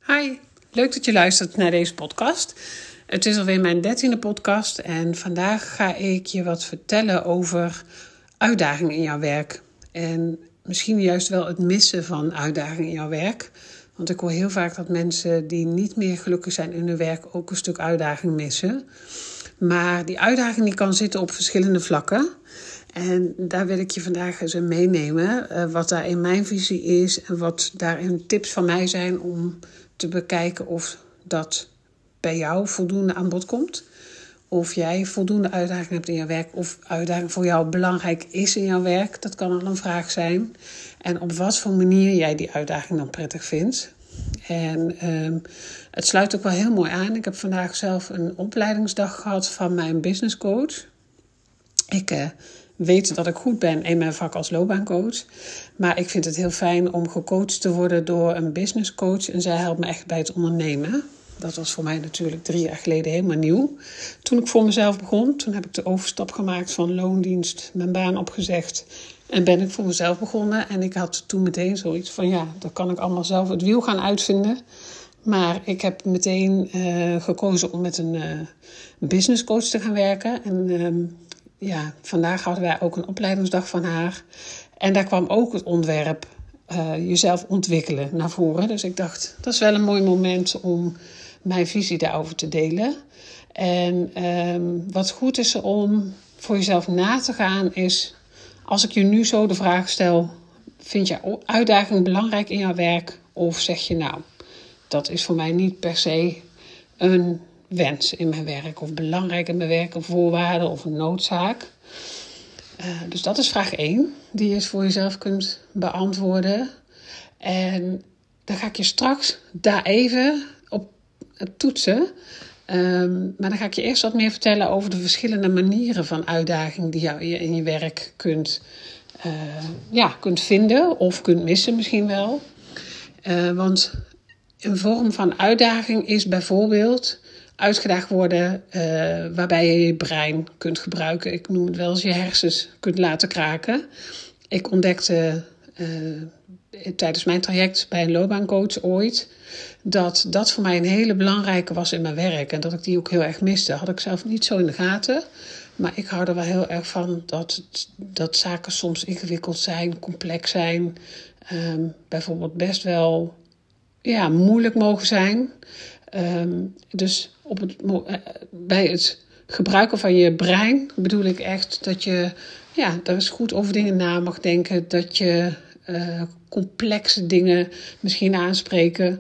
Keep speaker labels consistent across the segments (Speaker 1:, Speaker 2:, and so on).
Speaker 1: Hi, leuk dat je luistert naar deze podcast. Het is alweer mijn 13e podcast en vandaag ga ik je wat vertellen over uitdagingen in jouw werk. En misschien juist wel het missen van uitdagingen in jouw werk. Want ik hoor heel vaak dat mensen die niet meer gelukkig zijn in hun werk ook een stuk uitdaging missen. Maar die uitdaging die kan zitten op verschillende vlakken. En daar wil ik je vandaag eens in meenemen. Wat daar in mijn visie is en wat daarin tips van mij zijn om te bekijken of dat bij jou voldoende aan bod komt. Of jij voldoende uitdaging hebt in jouw werk. Of uitdaging voor jou belangrijk is in jouw werk. Dat kan al een vraag zijn. En op wat voor manier jij die uitdaging dan prettig vindt. En het sluit ook wel heel mooi aan. Ik heb vandaag zelf een opleidingsdag gehad van mijn business coach. Ik weet dat ik goed ben in mijn vak als loopbaancoach. Maar ik vind het heel fijn om gecoacht te worden door een business coach. En zij helpt me echt bij het ondernemen. Dat was voor mij natuurlijk 3 jaar geleden helemaal nieuw. Toen ik voor mezelf begon, toen heb ik de overstap gemaakt van loondienst, mijn baan opgezegd. En ben ik voor mezelf begonnen. En ik had toen meteen zoiets van dat kan ik allemaal zelf het wiel gaan uitvinden. Maar ik heb meteen gekozen om met een business coach te gaan werken. En vandaag hadden wij ook een opleidingsdag van haar. En daar kwam ook het onderwerp jezelf ontwikkelen naar voren. Dus ik dacht, dat is wel een mooi moment om mijn visie daarover te delen. En wat goed is om voor jezelf na te gaan is, als ik je nu zo de vraag stel, vind je uitdaging belangrijk in jouw werk? Of zeg je dat is voor mij niet per se een wens in mijn werk of belangrijk in mijn werk, een voorwaarde of een noodzaak. Dus dat is vraag 1, die je voor jezelf kunt beantwoorden. En dan ga ik je straks daar even op toetsen. Maar dan ga ik je eerst wat meer vertellen over de verschillende manieren van uitdaging die je in je werk kunt vinden of kunt missen misschien wel. Want een vorm van uitdaging is bijvoorbeeld uitgedaagd worden waarbij je je brein kunt gebruiken. Ik noem het wel eens je hersens kunt laten kraken. Ik ontdekte tijdens mijn traject bij een loopbaancoach ooit dat voor mij een hele belangrijke was in mijn werk. En dat ik die ook heel erg miste. Had ik zelf niet zo in de gaten. Maar ik hou er wel heel erg van dat zaken soms ingewikkeld zijn, complex zijn. Bijvoorbeeld best wel moeilijk mogen zijn. Dus bij het gebruiken van je brein bedoel ik echt dat je daar eens goed over dingen na mag denken. Dat je complexe dingen misschien aanspreken.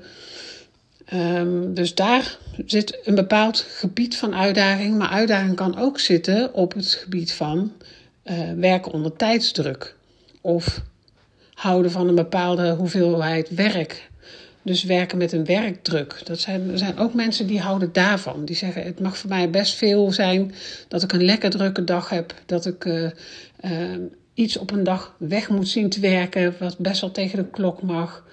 Speaker 1: Dus daar zit een bepaald gebied van uitdaging. Maar uitdaging kan ook zitten op het gebied van werken onder tijdsdruk. Of houden van een bepaalde hoeveelheid werk. Dus werken met een werkdruk. Er zijn ook mensen die houden daarvan. Die zeggen, het mag voor mij best veel zijn dat ik een lekker drukke dag heb. Dat ik iets op een dag weg moet zien te werken wat best wel tegen de klok mag.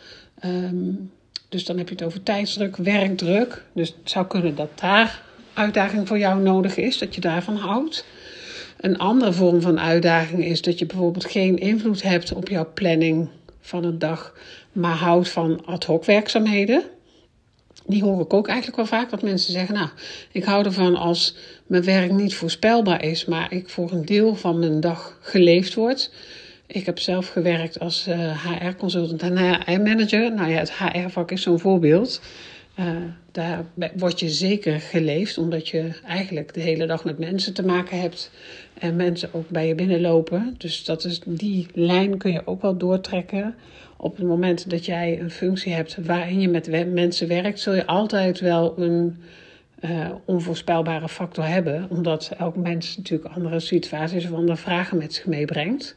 Speaker 1: Dus dan heb je het over tijdsdruk, werkdruk. Dus het zou kunnen dat daar uitdaging voor jou nodig is, dat je daarvan houdt. Een andere vorm van uitdaging is dat je bijvoorbeeld geen invloed hebt op jouw planning van een dag, maar houdt van ad hoc werkzaamheden. Die hoor ik ook eigenlijk wel vaak, dat mensen zeggen, ik hou ervan als mijn werk niet voorspelbaar is, maar ik voor een deel van mijn dag geleefd word. Ik heb zelf gewerkt als HR-consultant en HR-manager. Het HR-vak is zo'n voorbeeld. Daar word je zeker geleefd, omdat je eigenlijk de hele dag met mensen te maken hebt en mensen ook bij je binnenlopen. Dus die lijn kun je ook wel doortrekken. Op het moment dat jij een functie hebt waarin je met mensen werkt, zul je altijd wel een onvoorspelbare factor hebben, omdat elk mens natuurlijk andere situaties of andere vragen met zich meebrengt.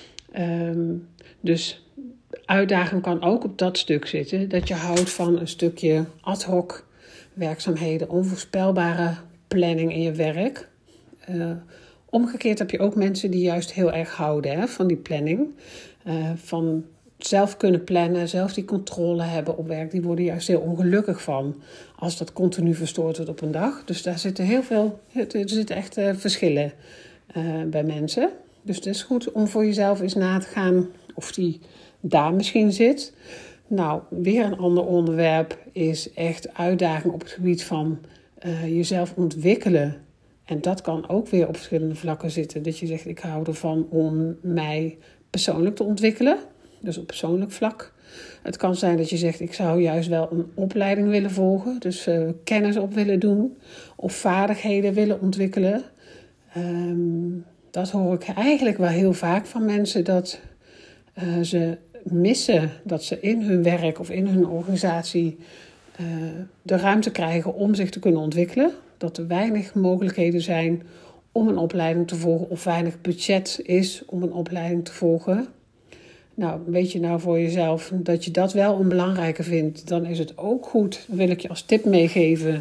Speaker 1: Dus uitdaging kan ook op dat stuk zitten, dat je houdt van een stukje ad hoc werkzaamheden, onvoorspelbare planning in je werk. Omgekeerd heb je ook mensen die juist heel erg houden van die planning, van zelf kunnen plannen, zelf die controle hebben op werk. Die worden juist heel ongelukkig van als dat continu verstoord wordt op een dag. Dus daar zitten er zitten echt verschillen bij mensen. Dus het is goed om voor jezelf eens na te gaan of die daar misschien zit. Nou, weer een ander onderwerp is echt uitdaging op het gebied van jezelf ontwikkelen. En dat kan ook weer op verschillende vlakken zitten. Dat je zegt, ik hou ervan om mij persoonlijk te ontwikkelen. Dus op persoonlijk vlak. Het kan zijn dat je zegt, ik zou juist wel een opleiding willen volgen. Dus kennis op willen doen. Of vaardigheden willen ontwikkelen. Dat hoor ik eigenlijk wel heel vaak van mensen. Dat ze missen dat ze in hun werk of in hun organisatie de ruimte krijgen om zich te kunnen ontwikkelen. Dat er weinig mogelijkheden zijn om een opleiding te volgen of weinig budget is om een opleiding te volgen. Nou, weet je nou voor jezelf dat je dat wel een belangrijke vindt, dan is het ook goed. Dan wil ik je als tip meegeven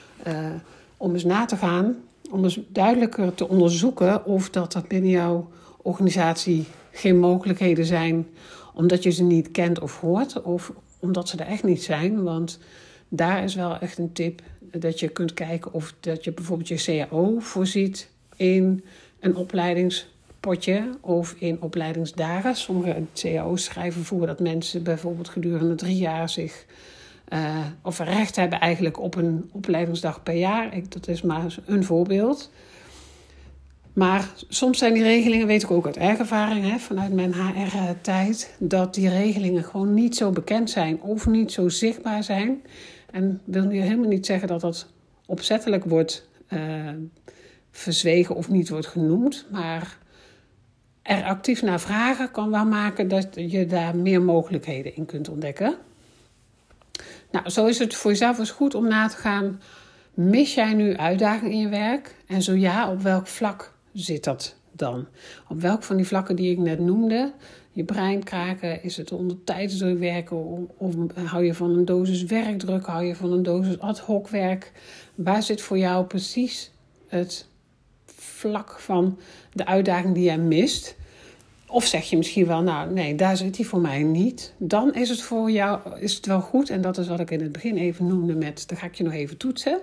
Speaker 1: om eens na te gaan, om eens duidelijker te onderzoeken of dat er binnen jouw organisatie geen mogelijkheden zijn omdat je ze niet kent of hoort of omdat ze er echt niet zijn. Want daar is wel echt een tip dat je kunt kijken of dat je bijvoorbeeld je CAO voorziet in een opleidingspotje of in opleidingsdagen. Sommige CAO's schrijven voor dat mensen bijvoorbeeld gedurende 3 jaar zich of recht hebben eigenlijk op een opleidingsdag per jaar. Dat is maar een voorbeeld. Maar soms zijn die regelingen, weet ik ook uit eigen ervaring, vanuit mijn HR-tijd, dat die regelingen gewoon niet zo bekend zijn of niet zo zichtbaar zijn. En wil nu helemaal niet zeggen dat dat opzettelijk wordt verzwegen of niet wordt genoemd. Maar er actief naar vragen kan wel maken dat je daar meer mogelijkheden in kunt ontdekken. Nou, zo is het voor jezelf eens goed om na te gaan. Mis jij nu uitdagingen in je werk? En zo ja, op welk vlak zit dat dan? Op welk van die vlakken die ik net noemde? Je brein kraken, is het onder tijdsdruk werken? Of hou je van een dosis werkdruk? Hou je van een dosis ad hoc werk? Waar zit voor jou precies het vlak van de uitdaging die jij mist? Of zeg je misschien wel, nou nee, daar zit hij voor mij niet. Dan is het voor jou is het wel goed. En dat is wat ik in het begin even noemde met, dan ga ik je nog even toetsen.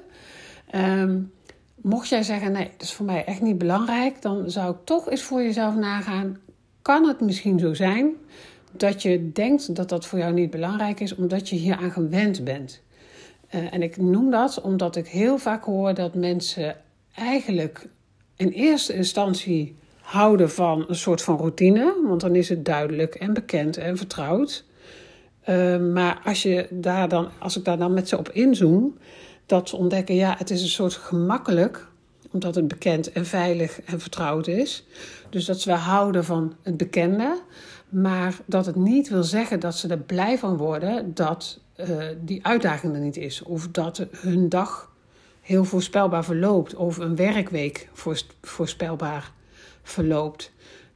Speaker 1: Mocht jij zeggen, nee, dat is voor mij echt niet belangrijk, dan zou ik toch eens voor jezelf nagaan. Kan het misschien zo zijn dat je denkt dat dat voor jou niet belangrijk is, omdat je hier aan gewend bent? En ik noem dat omdat ik heel vaak hoor dat mensen eigenlijk in eerste instantie houden van een soort van routine, want dan is het duidelijk en bekend en vertrouwd. Maar als ik daar dan met ze op inzoom, dat ze ontdekken, ja, het is een soort gemakkelijk, omdat het bekend en veilig en vertrouwd is. Dus dat ze wel houden van het bekende, maar dat het niet wil zeggen dat ze er blij van worden dat die uitdaging er niet is. Of dat hun dag heel voorspelbaar verloopt, of een werkweek voorspelbaar verloopt.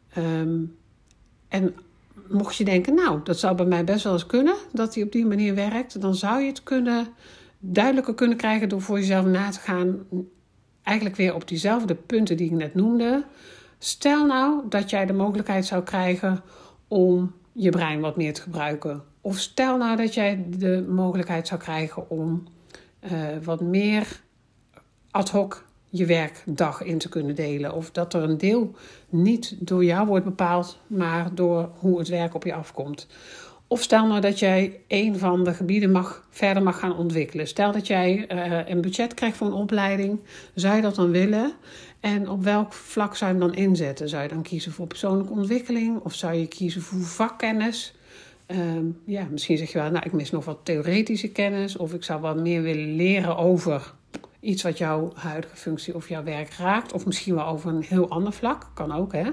Speaker 1: En mocht je denken, nou, dat zou bij mij best wel eens kunnen, dat die op die manier werkt, dan zou je het duidelijker kunnen krijgen door voor jezelf na te gaan, eigenlijk weer op diezelfde punten die ik net noemde. Stel nou dat jij de mogelijkheid zou krijgen om je brein wat meer te gebruiken. Of stel nou dat jij de mogelijkheid zou krijgen om wat meer ad hoc je werkdag in te kunnen delen. Of dat er een deel niet door jou wordt bepaald, maar door hoe het werk op je afkomt. Of stel nou dat jij een van de gebieden verder mag gaan ontwikkelen. Stel dat jij een budget krijgt voor een opleiding. Zou je dat dan willen? En op welk vlak zou je hem dan inzetten? Zou je dan kiezen voor persoonlijke ontwikkeling? Of zou je kiezen voor vakkennis? Misschien zeg je wel, nou, ik mis nog wat theoretische kennis. Of ik zou wat meer willen leren over iets wat jouw huidige functie of jouw werk raakt. Of misschien wel over een heel ander vlak. Kan ook, hè?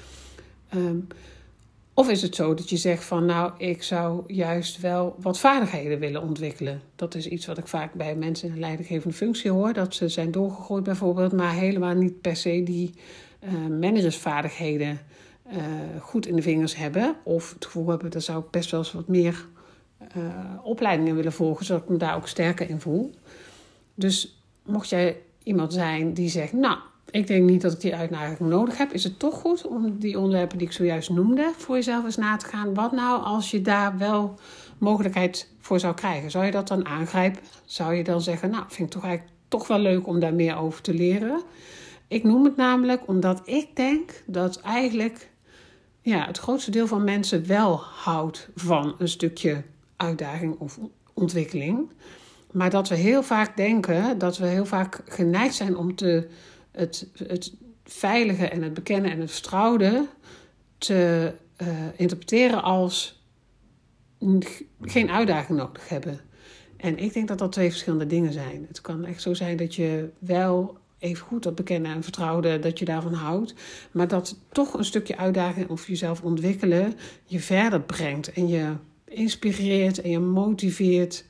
Speaker 1: Of is het zo dat je zegt van, nou, ik zou juist wel wat vaardigheden willen ontwikkelen. Dat is iets wat ik vaak bij mensen in een leidinggevende functie hoor. Dat ze zijn doorgegroeid bijvoorbeeld, maar helemaal niet per se die managersvaardigheden goed in de vingers hebben. Of het gevoel hebben, daar zou ik best wel eens wat meer opleidingen willen volgen, zodat ik me daar ook sterker in voel. Dus mocht jij iemand zijn die zegt, nou, ik denk niet dat ik die uitdaging nodig heb, is het toch goed om die onderwerpen die ik zojuist noemde voor jezelf eens na te gaan. Wat nou als je daar wel mogelijkheid voor zou krijgen? Zou je dat dan aangrijpen? Zou je dan zeggen, nou, vind ik toch eigenlijk toch wel leuk om daar meer over te leren? Ik noem het namelijk omdat ik denk dat eigenlijk het grootste deel van mensen wel houdt van een stukje uitdaging of ontwikkeling. Maar dat we heel vaak denken, dat we heel vaak geneigd zijn om het veilige en het bekende en het vertrouwde te interpreteren als geen uitdaging nodig hebben. En ik denk dat dat twee verschillende dingen zijn. Het kan echt zo zijn dat je wel even goed dat bekende en vertrouwde, dat je daarvan houdt. Maar dat toch een stukje uitdaging of jezelf ontwikkelen je verder brengt. En je inspireert en je motiveert.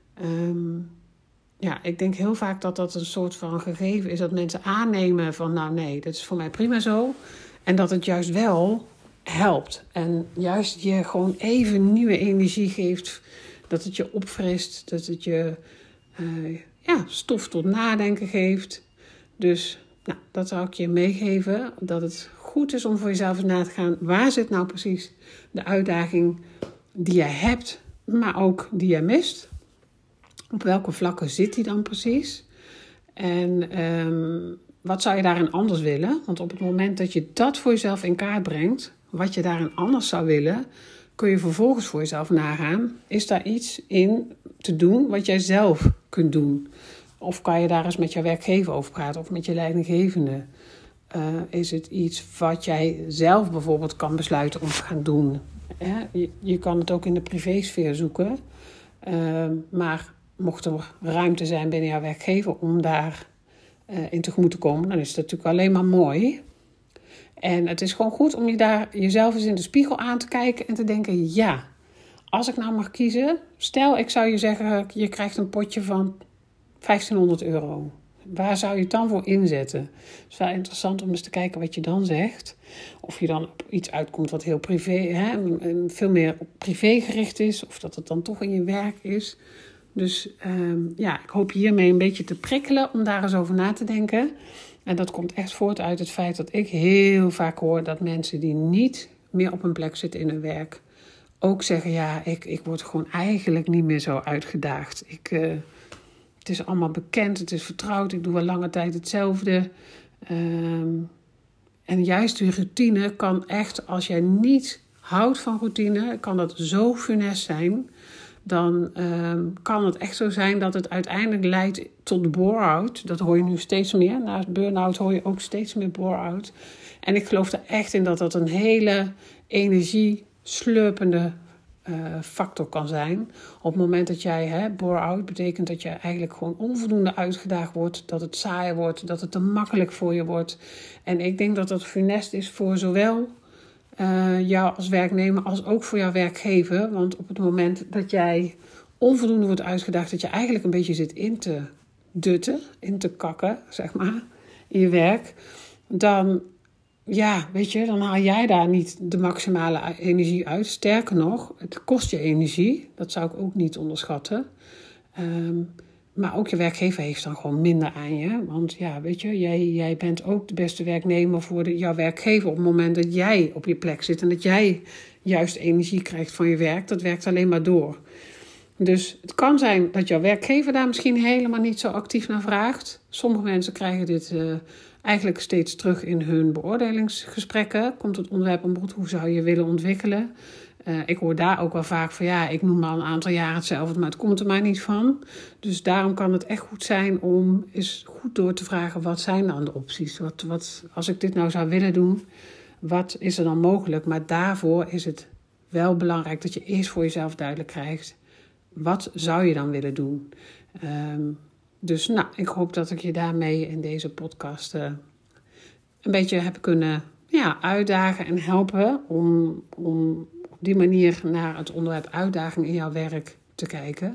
Speaker 1: Ik denk heel vaak dat dat een soort van gegeven is. Dat mensen aannemen van nou nee, dat is voor mij prima zo. En dat het juist wel helpt. En juist je gewoon even nieuwe energie geeft. Dat het je opfrist. Dat het je stof tot nadenken geeft. Dus dat zou ik je meegeven. Dat het goed is om voor jezelf eens na te gaan. Waar zit nou precies de uitdaging die je hebt, maar ook die je mist? Op welke vlakken zit die dan precies? En wat zou je daarin anders willen? Want op het moment dat je dat voor jezelf in kaart brengt, wat je daarin anders zou willen, kun je vervolgens voor jezelf nagaan. Is daar iets in te doen wat jij zelf kunt doen? Of kan je daar eens met jouw werkgever over praten of met je leidinggevende? Is het iets wat jij zelf bijvoorbeeld kan besluiten om te gaan doen? Je kan het ook in de privésfeer zoeken. Maar mocht er ruimte zijn binnen jouw werkgever om daar in tegemoet te komen, dan is het natuurlijk alleen maar mooi. En het is gewoon goed om je daar jezelf eens in de spiegel aan te kijken en te denken, ja, als ik nou mag kiezen, stel ik zou je zeggen, je krijgt een potje van €1500. Waar zou je het dan voor inzetten? Het is wel interessant om eens te kijken wat je dan zegt. Of je dan op iets uitkomt wat heel privé, veel meer op privé gericht is. Of dat het dan toch in je werk is. Dus ik hoop hiermee een beetje te prikkelen om daar eens over na te denken. En dat komt echt voort uit het feit dat ik heel vaak hoor dat mensen die niet meer op een plek zitten in hun werk ook zeggen, ja, ik word gewoon eigenlijk niet meer zo uitgedaagd. Het is allemaal bekend, het is vertrouwd, ik doe al lange tijd hetzelfde. En juist die routine kan echt, als jij niet houdt van routine, kan dat zo funest zijn. Dan kan het echt zo zijn dat het uiteindelijk leidt tot bore-out. Dat hoor je nu steeds meer. Naast burn-out hoor je ook steeds meer bore-out. En ik geloof er echt in dat dat een hele energieslurpende factor kan zijn. Op het moment dat jij bore-out betekent dat je eigenlijk gewoon onvoldoende uitgedaagd wordt. Dat het saai wordt, dat het te makkelijk voor je wordt. En ik denk dat dat funest is voor zowel jou als werknemer als ook voor jouw werkgever. Want op het moment dat jij onvoldoende wordt uitgedaagd, dat je eigenlijk een beetje zit in te dutten, in te kakken, zeg maar, in je werk, dan, dan haal jij daar niet de maximale energie uit. Sterker nog, het kost je energie. Dat zou ik ook niet onderschatten. Maar ook je werkgever heeft dan gewoon minder aan je. Want jij bent ook de beste werknemer voor jouw werkgever op het moment dat jij op je plek zit en dat jij juist energie krijgt van je werk. Dat werkt alleen maar door. Dus het kan zijn dat jouw werkgever daar misschien helemaal niet zo actief naar vraagt. Sommige mensen krijgen dit eigenlijk steeds terug in hun beoordelingsgesprekken. Komt het onderwerp aan bod, hoe zou je willen ontwikkelen? Ik hoor daar ook wel vaak van, ik noem al een aantal jaren hetzelfde, maar het komt er maar niet van. Dus daarom kan het echt goed zijn om eens goed door te vragen, wat zijn dan de opties? Wat, als ik dit nou zou willen doen, wat is er dan mogelijk? Maar daarvoor is het wel belangrijk dat je eerst voor jezelf duidelijk krijgt, wat zou je dan willen doen? Dus ik hoop dat ik je daarmee in deze podcast een beetje heb kunnen uitdagen en helpen om op die manier naar het onderwerp uitdaging in jouw werk te kijken.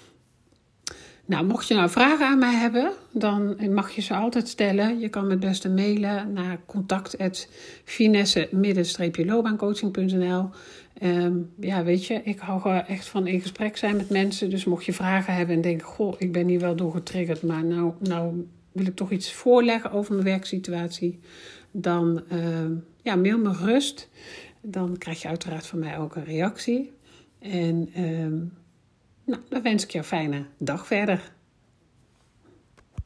Speaker 1: Nou, mocht je nou vragen aan mij hebben, dan mag je ze altijd stellen. Je kan me het beste mailen naar contact@finesse-loopbaancoaching.nl. Ik hou echt van in gesprek zijn met mensen. Dus mocht je vragen hebben en denken, ik ben hier wel door getriggerd, maar nou wil ik toch iets voorleggen over mijn werksituatie, dan mail me gerust. Dan krijg je uiteraard van mij ook een reactie. En dan wens ik je een fijne dag verder.